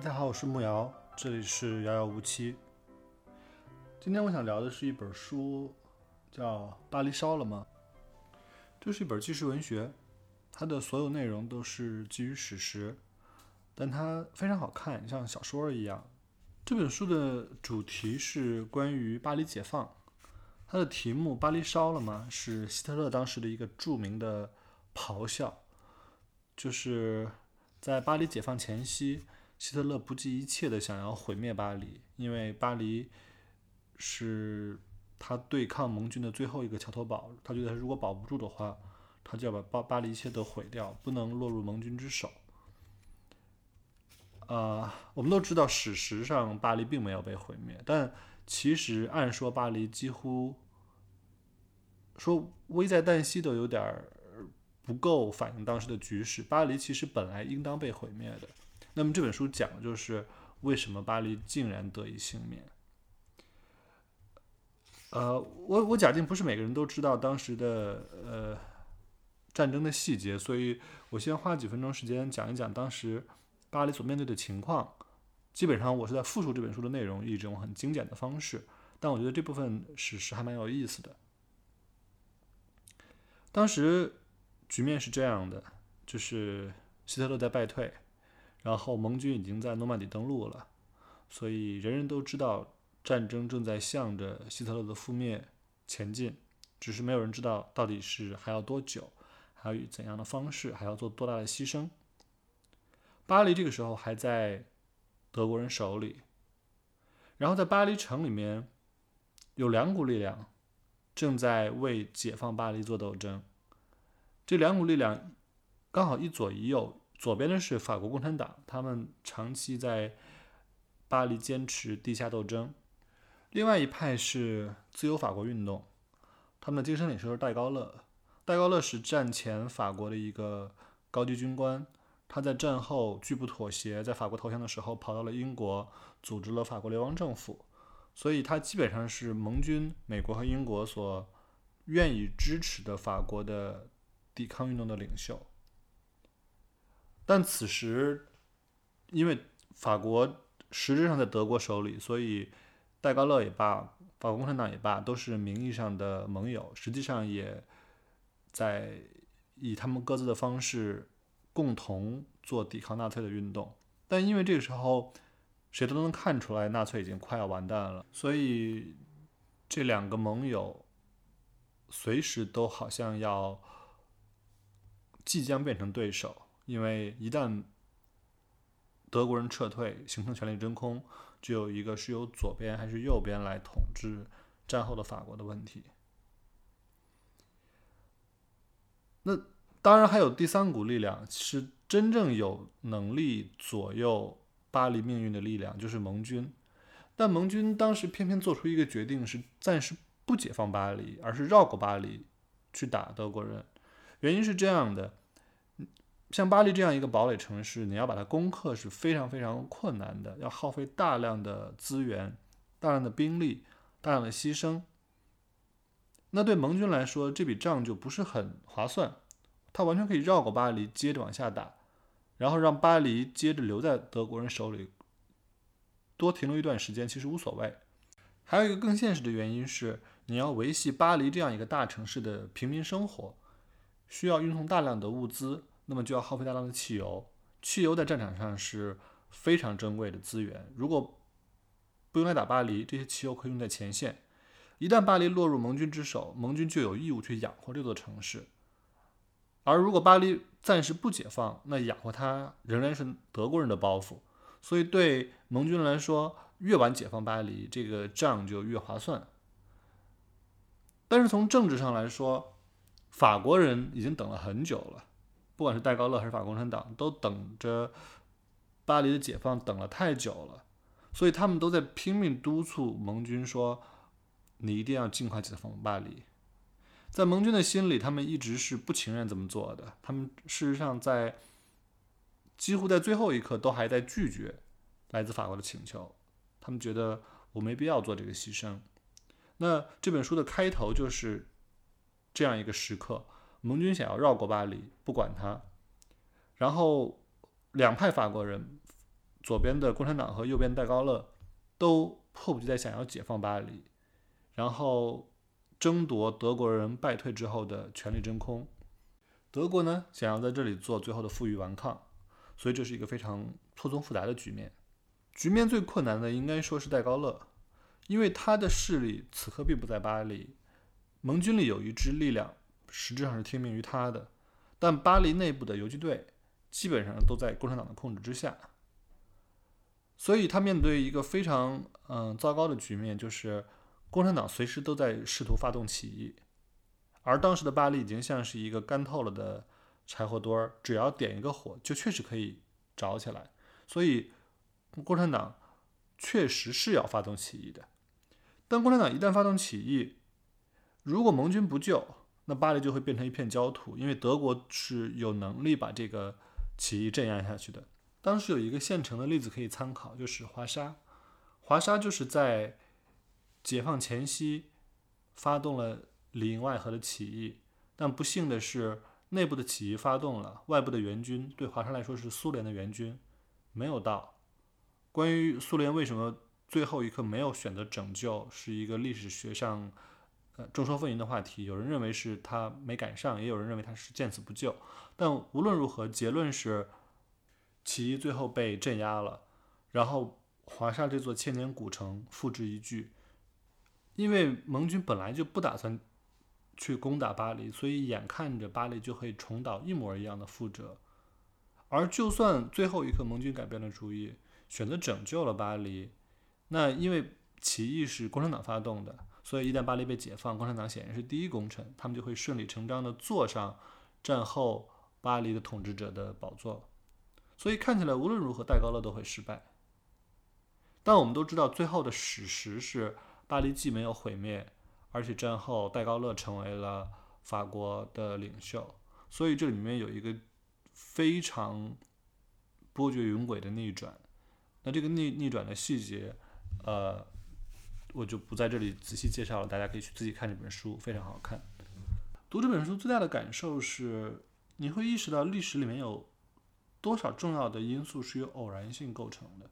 家好，我是慕瑶，这里是遥遥无期。今天我想聊的是一本书，叫《巴黎烧了吗》。这是一本纪实文学，它的所有内容都是基于史实，但它非常好看，像小说一样。这本书的主题是关于巴黎解放，它的题目《巴黎烧了吗》是希特勒当时的一个著名的咆哮，就是在巴黎解放前夕，希特勒不计一切的想要毁灭巴黎，因为巴黎是他对抗盟军的最后一个桥头堡，他觉得如果保不住的话，他就要把巴黎一切都毁掉，不能落入盟军之手。我们都知道史实上巴黎并没有被毁灭，但其实按说巴黎几乎说危在旦夕都有点不够反映当时的局势，巴黎其实本来应当被毁灭的。那么这本书讲的就是为什么巴黎竟然得以幸免。我假定不是每个人都知道当时的战争的细节，所以我先花几分钟时间讲一讲当时巴黎所面对的情况。基本上我是在复述这本书的内容，以一种很精简的方式，但我觉得这部分史实还蛮有意思的。当时局面是这样的，就是希特勒在败退，然后盟军已经在诺曼底登陆了，所以人人都知道战争正在向着希特勒的覆灭前进，只是没有人知道到底是还要多久，还要以怎样的方式，还要做多大的牺牲。巴黎这个时候还在德国人手里，然后在巴黎城里面有两股力量正在为解放巴黎做斗争。这两股力量刚好一左一右，左边的是法国共产党，他们长期在巴黎坚持地下斗争；另外一派是自由法国运动，他们的精神领袖是戴高乐。戴高乐是战前法国的一个高级军官，他在战后拒不妥协，在法国投降的时候跑到了英国，组织了法国流亡政府，所以他基本上是盟军、美国和英国所愿意支持的法国的抵抗运动的领袖。但此时因为法国实质上在德国手里，所以戴高乐也罢，法国共产党也罢，都是名义上的盟友，实际上也在以他们各自的方式共同做抵抗纳粹的运动。但因为这个时候谁都能看出来纳粹已经快要完蛋了，所以这两个盟友随时都好像要即将变成对手，因为一旦德国人撤退，形成权力真空，就有一个是由左边还是右边来统治战后的法国的问题。那当然还有第三股力量，是真正有能力左右巴黎命运的力量，就是盟军。但盟军当时偏偏做出一个决定，是暂时不解放巴黎，而是绕过巴黎去打德国人。原因是这样的，像巴黎这样一个堡垒城市，你要把它攻克是非常非常困难的，要耗费大量的资源、大量的兵力、大量的牺牲。那对盟军来说，这笔账就不是很划算，他完全可以绕过巴黎，接着往下打，然后让巴黎接着留在德国人手里，多停留一段时间其实无所谓。还有一个更现实的原因是，你要维系巴黎这样一个大城市的平民生活，需要运送大量的物资，那么就要耗费大量的汽油。汽油在战场上是非常珍贵的资源，如果不用来打巴黎，这些汽油可以用在前线。一旦巴黎落入盟军之手，盟军就有义务去养活这座城市。而如果巴黎暂时不解放，那养活它仍然是德国人的包袱。所以对盟军来说，越晚解放巴黎，这个账就越划算。但是从政治上来说，法国人已经等了很久了，不管是戴高乐还是法国共产党，都等着巴黎的解放等了太久了，所以他们都在拼命督促盟军说，你一定要尽快解放巴黎。在盟军的心里，他们一直是不情愿这么做的，他们事实上几乎在最后一刻都还在拒绝来自法国的请求，他们觉得我没必要做这个牺牲。那这本书的开头就是这样一个时刻，盟军想要绕过巴黎，不管它，然后两派法国人左边的共产党和右边戴高乐都迫不及待想要解放巴黎，然后争夺德国人败退之后的权力真空。德国呢，想要在这里做最后的负隅顽抗，所以这是一个非常错综复杂的局面。局面最困难的应该说是戴高乐，因为他的势力此刻并不在巴黎，盟军里有一支力量实质上是听命于他的，但巴黎内部的游击队基本上都在共产党的控制之下，所以他面对一个非常糟糕的局面，就是共产党随时都在试图发动起义，而当时的巴黎已经像是一个干透了的柴火堆，只要点一个火就确实可以着起来，所以共产党确实是要发动起义的。但共产党一旦发动起义，如果盟军不救，那巴黎就会变成一片焦土，因为德国是有能力把这个起义镇压下去的。当时有一个现成的例子可以参考，就是华沙。华沙就是在解放前夕发动了里应外合的起义，但不幸的是，内部的起义发动了，外部的援军对华沙来说是苏联的援军没有到。关于苏联为什么最后一刻没有选择拯救，是一个历史学上众说纷纭的话题。有人认为是他没赶上，也有人认为他是见死不救。但无论如何，结论是起义最后被镇压了，然后华沙这座千年古城付之一炬。因为盟军本来就不打算去攻打巴黎，所以眼看着巴黎就会重蹈一模一样的覆辙。而就算最后一刻盟军改变了主意，选择拯救了巴黎，那因为起义是共产党发动的，所以一旦巴黎被解放，共产党显然是第一功臣，他们就会顺理成章地坐上战后巴黎的统治者的宝座。所以看起来无论如何戴高乐都会失败。但我们都知道最后的史实是巴黎既没有毁灭，而且战后戴高乐成为了法国的领袖。所以这里面有一个非常波谲云诡的逆转。那这个逆转的细节我就不在这里仔细介绍了，大家可以去自己看这本书，非常好看。读这本书最大的感受是，你会意识到历史里面有多少重要的因素是由偶然性构成的。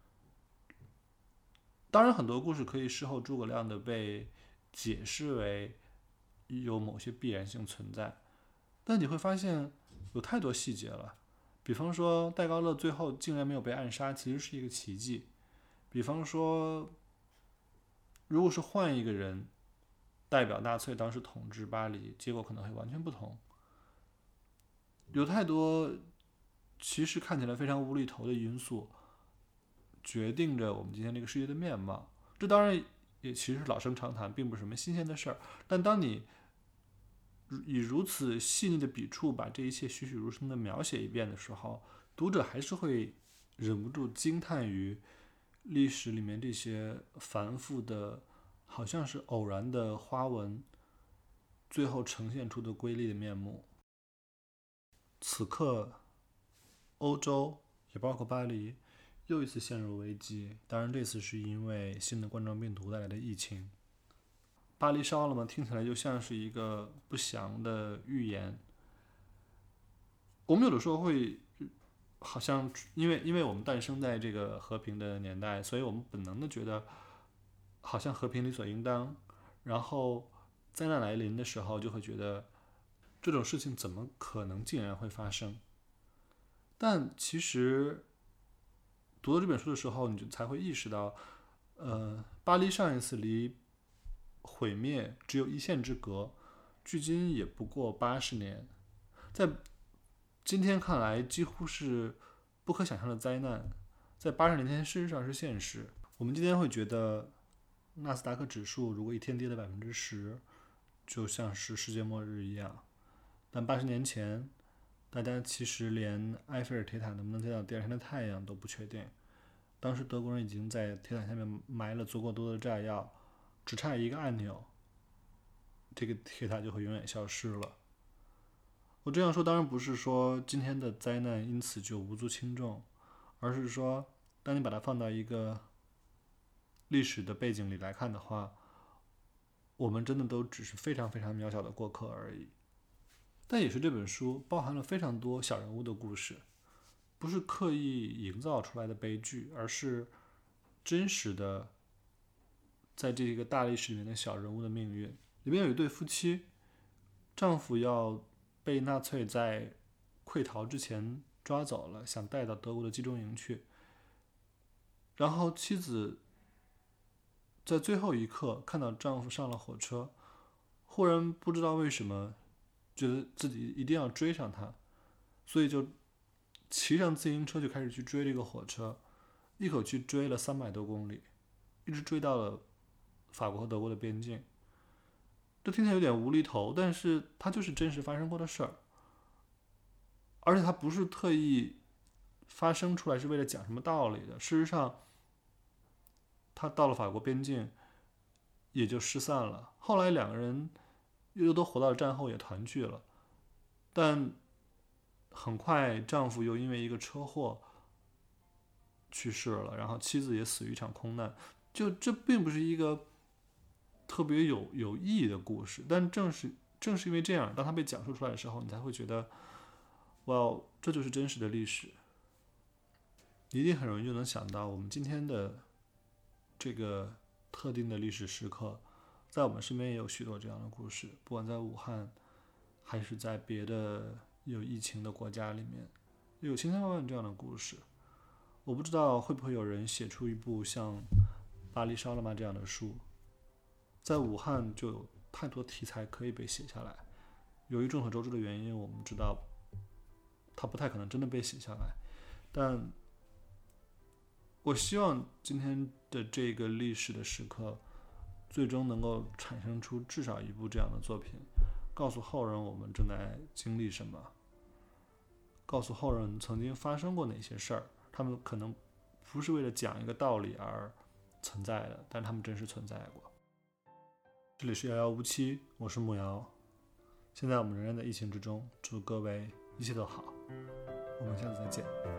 当然很多故事可以事后诸葛亮的被解释为有某些必然性存在，但你会发现有太多细节了。比方说戴高乐最后竟然没有被暗杀，其实是一个奇迹。比方说如果是换一个人代表纳粹当时统治巴黎，结果可能会完全不同。有太多其实看起来非常无厘头的因素决定着我们今天这个世界的面貌。这当然也其实是老生常谈，并不是什么新鲜的事儿。但当你以如此细腻的笔触把这一切栩栩如生的描写一遍的时候，读者还是会忍不住惊叹于历史里面这些繁复的好像是偶然的花纹最后呈现出的瑰丽的面目。此刻欧洲也包括巴黎又一次陷入危机，当然这次是因为新的冠状病毒带来的疫情。巴黎烧了吗？听起来就像是一个不祥的预言。我们有的时候会好像因为我们诞生在这个和平的年代，所以我们本能的觉得好像和平理所应当，然后灾难来临的时候就会觉得这种事情怎么可能竟然会发生。但其实读到这本书的时候，你就才会意识到巴黎上一次离毁灭只有一线之隔，距今也不过80年，在今天看来几乎是不可想象的灾难，在80年前事实上是现实。我们今天会觉得纳斯达克指数如果一天跌了10%，就像是世界末日一样，但80年前大家其实连埃菲尔铁塔能不能见到第二天的太阳都不确定。当时德国人已经在铁塔下面埋了足够多的炸药，只差一个按钮，这个铁塔就会永远消失了。我这样说当然不是说今天的灾难因此就无足轻重，而是说当你把它放到一个历史的背景里来看的话，我们真的都只是非常非常渺小的过客而已。但也是这本书包含了非常多小人物的故事， 不是刻意营造出来的悲剧，而是真实的在这个大历史里面的小人物的命运。里面有一对夫妻，丈夫要被纳粹在溃逃之前抓走了，想带到德国的集中营去。然后妻子在最后一刻看到丈夫上了火车，忽然不知道为什么觉得自己一定要追上他，所以就骑上自行车就开始去追这个火车，一口气追了300多公里，一直追到了法国和德国的边境。这听起来有点无厘头，但是它就是真实发生过的事儿，而且它不是特意发生出来是为了讲什么道理的。事实上，他到了法国边境也就失散了。后来两个人又都活到了战后，也团聚了，但很快丈夫又因为一个车祸去世了，然后妻子也死于一场空难。就这并不是一个特别有意义的故事，但正是因为这样，当它被讲述出来的时候，你才会觉得，哇，这就是真实的历史。你一定很容易就能想到，我们今天的这个特定的历史时刻，在我们身边也有许多这样的故事，不管在武汉，还是在别的有疫情的国家里面，有千千万万这样的故事。我不知道会不会有人写出一部像《巴黎烧了吗》这样的书。在武汉就有太多题材可以被写下来，由于众所周知的原因，我们知道它不太可能真的被写下来，但我希望今天的这个历史的时刻最终能够产生出至少一部这样的作品，告诉后人我们正在经历什么，告诉后人曾经发生过哪些事儿，他们可能不是为了讲一个道理而存在的，但他们真实存在过。这里是1157，我是木瑶。现在我们仍然在疫情之中，祝各位一切都好，我们下次再见。